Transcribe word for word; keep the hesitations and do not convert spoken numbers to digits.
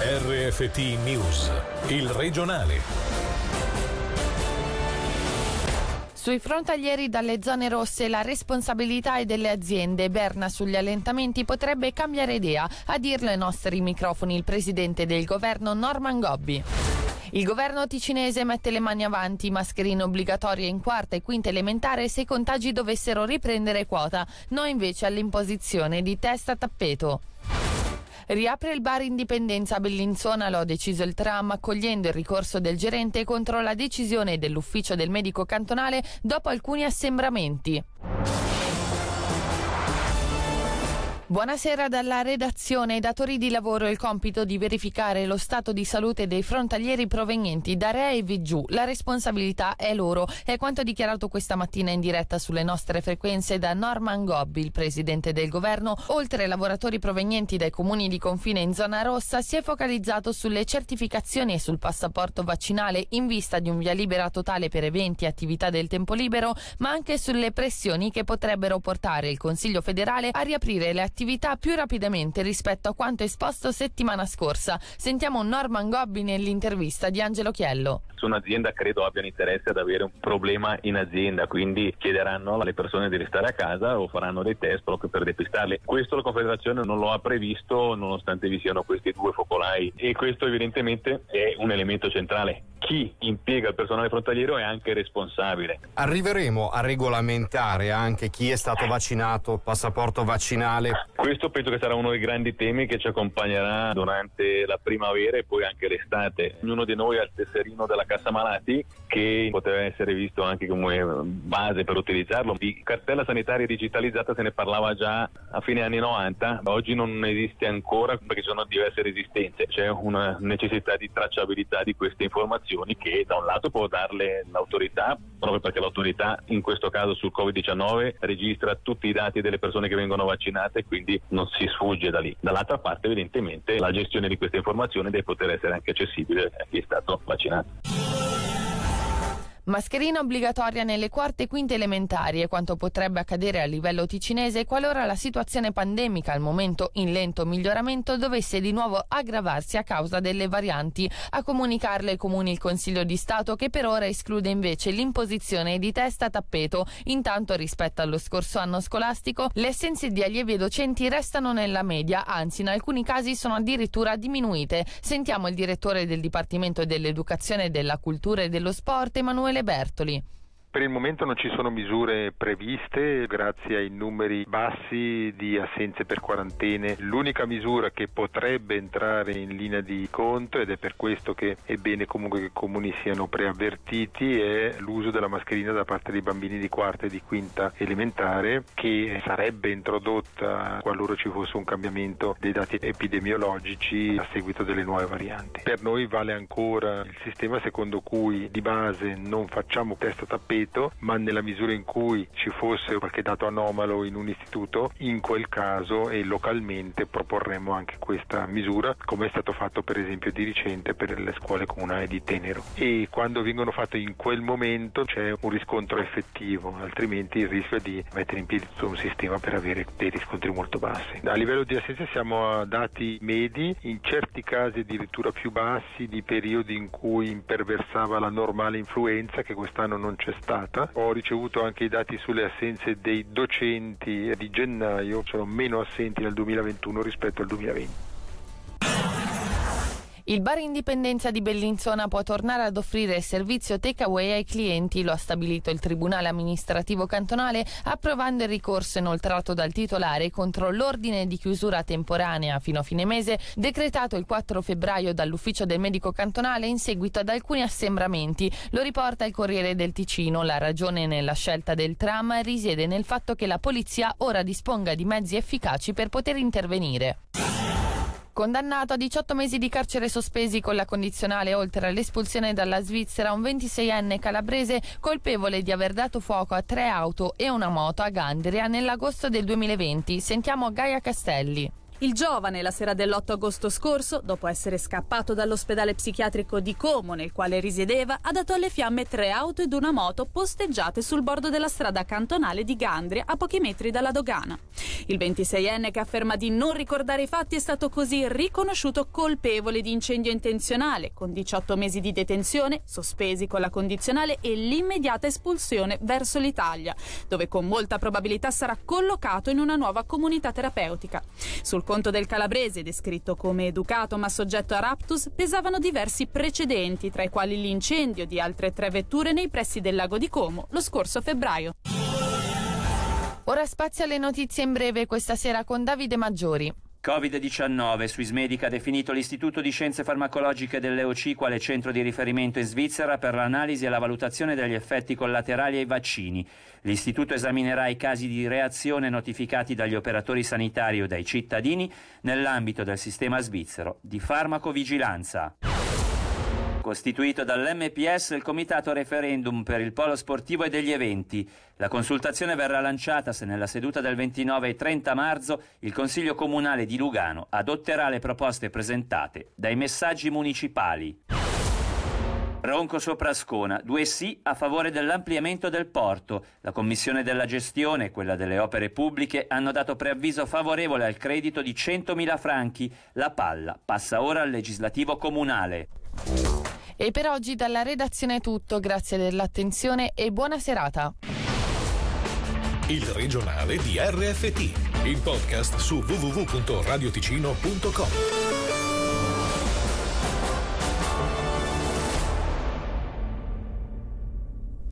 R F T News, il regionale. Sui frontalieri dalle zone rosse la responsabilità è delle aziende. Berna sugli allentamenti potrebbe cambiare idea, a dirlo ai nostri microfoni il presidente del governo Norman Gobbi. Il governo ticinese mette le mani avanti, mascherine obbligatorie in quarta e quinta elementare se i contagi dovessero riprendere quota, no invece all'imposizione di test a tappeto. Riapre il bar Indipendenza a Bellinzona, lo ha deciso il tram, accogliendo il ricorso del gerente contro la decisione dell'ufficio del medico cantonale dopo alcuni assembramenti. Buonasera dalla redazione. Ai datori di lavoro il compito di verificare lo stato di salute dei frontalieri provenienti da Rea e Viggiù. La responsabilità è loro, è quanto dichiarato questa mattina in diretta sulle nostre frequenze da Norman Gobbi, il presidente del governo. Oltre ai lavoratori provenienti dai comuni di confine in zona rossa, si è focalizzato sulle certificazioni e sul passaporto vaccinale in vista di un via libera totale per eventi e attività del tempo libero, ma anche sulle pressioni che potrebbero portare il Consiglio federale a riaprire le attività attività più rapidamente rispetto a quanto esposto settimana scorsa. Sentiamo Norman Gobbi nell'intervista di Angelo Chiello. Su un'azienda credo abbiano interesse ad avere un problema in azienda, quindi chiederanno alle persone di restare a casa o faranno dei test proprio per depistarli. Questo la Confederazione non lo ha previsto nonostante vi siano questi due focolai, e questo evidentemente è un elemento centrale. Chi impiega il personale frontaliero è anche responsabile. Arriveremo a regolamentare anche chi è stato vaccinato, passaporto vaccinale? Questo penso che sarà uno dei grandi temi che ci accompagnerà durante la primavera e poi anche l'estate. Ognuno di noi ha il tesserino della cassa malati, che poteva essere visto anche come base per utilizzarlo. Di cartella sanitaria digitalizzata se ne parlava già a fine anni novanta, oggi non esiste ancora perché ci sono diverse resistenze. C'è una necessità di tracciabilità di queste informazioni che da un lato può darle l'autorità, proprio perché l'autorità in questo caso sul covid diciannove registra tutti i dati delle persone che vengono vaccinate, quindi non si sfugge da lì. Dall'altra parte evidentemente la gestione di queste informazioni deve poter essere anche accessibile a chi è stato vaccinato. Mascherina obbligatoria nelle quarte e quinte elementari è quanto potrebbe accadere a livello ticinese qualora la situazione pandemica, al momento in lento miglioramento, dovesse di nuovo aggravarsi a causa delle varianti. A comunicarle ai comuni il Consiglio di Stato, che per ora esclude invece l'imposizione di test a tappeto. Intanto, rispetto allo scorso anno scolastico, le assenze di allievi e docenti restano nella media, anzi in alcuni casi sono addirittura diminuite. Sentiamo il direttore del Dipartimento dell'Educazione e della Cultura e dello Sport, Emanuele Bertoli. Per il momento non ci sono misure previste grazie ai numeri bassi di assenze per quarantene. L'unica misura che potrebbe entrare in linea di conto, ed è per questo che è bene comunque che i comuni siano preavvertiti, è l'uso della mascherina da parte dei bambini di quarta e di quinta elementare, che sarebbe introdotta qualora ci fosse un cambiamento dei dati epidemiologici a seguito delle nuove varianti. Per noi vale ancora il sistema secondo cui di base non facciamo test a tappeto, ma nella misura in cui ci fosse qualche dato anomalo in un istituto, in quel caso e localmente proporremmo anche questa misura, come è stato fatto per esempio di recente per le scuole comunali di Tenero. E quando vengono fatte in quel momento c'è un riscontro effettivo, altrimenti il rischio è di mettere in piedi tutto un sistema per avere dei riscontri molto bassi. A livello di assenza siamo a dati medi, in certi casi addirittura più bassi di periodi in cui imperversava la normale influenza, che quest'anno non c'è stata. Ho ricevuto anche i dati sulle assenze dei docenti di gennaio, sono meno assenti nel duemilaventuno rispetto al duemilaventi. Il bar Indipendenza di Bellinzona può tornare ad offrire servizio takeaway ai clienti, lo ha stabilito il Tribunale amministrativo cantonale, approvando il ricorso inoltrato dal titolare contro l'ordine di chiusura temporanea fino a fine mese, decretato il quattro febbraio dall'ufficio del medico cantonale in seguito ad alcuni assembramenti. Lo riporta il Corriere del Ticino. La ragione nella scelta del tram risiede nel fatto che la polizia ora disponga di mezzi efficaci per poter intervenire. Condannato a diciotto mesi di carcere sospesi con la condizionale oltre all'espulsione dalla Svizzera un ventiseienne calabrese colpevole di aver dato fuoco a tre auto e una moto a Gandria nell'agosto del duemilaventi. Sentiamo Gaia Castelli. Il giovane, la sera dell'otto agosto scorso, dopo essere scappato dall'ospedale psichiatrico di Como, nel quale risiedeva, ha dato alle fiamme tre auto ed una moto posteggiate sul bordo della strada cantonale di Gandria, a pochi metri dalla dogana. Il ventiseienne, che afferma di non ricordare i fatti, è stato così riconosciuto colpevole di incendio intenzionale, con diciotto mesi di detenzione, sospesi con la condizionale e l'immediata espulsione verso l'Italia, dove con molta probabilità sarà collocato in una nuova comunità terapeutica. Sul conto del calabrese, descritto come educato ma soggetto a raptus, pesavano diversi precedenti, tra i quali l'incendio di altre tre vetture nei pressi del lago di Como lo scorso febbraio. Ora spazio alle notizie in breve questa sera con Davide Maggiori. covid diciannove. Swissmedica ha definito l'Istituto di Scienze Farmacologiche dell'E O C quale centro di riferimento in Svizzera per l'analisi e la valutazione degli effetti collaterali ai vaccini. L'istituto esaminerà i casi di reazione notificati dagli operatori sanitari o dai cittadini nell'ambito del sistema svizzero di farmacovigilanza. Costituito dall'M P S il Comitato Referendum per il Polo Sportivo e degli Eventi. La consultazione verrà lanciata se nella seduta del ventinove e trenta marzo il Consiglio Comunale di Lugano adotterà le proposte presentate dai messaggi municipali. Ronco sopra Ascona, due sì a favore dell'ampliamento del porto. La Commissione della Gestione e quella delle Opere Pubbliche hanno dato preavviso favorevole al credito di centomila franchi. La palla passa ora al legislativo comunale. E per oggi dalla redazione è tutto, grazie dell'attenzione e buona serata. Il regionale di R F T, il podcast su w w w punto radioticino punto com.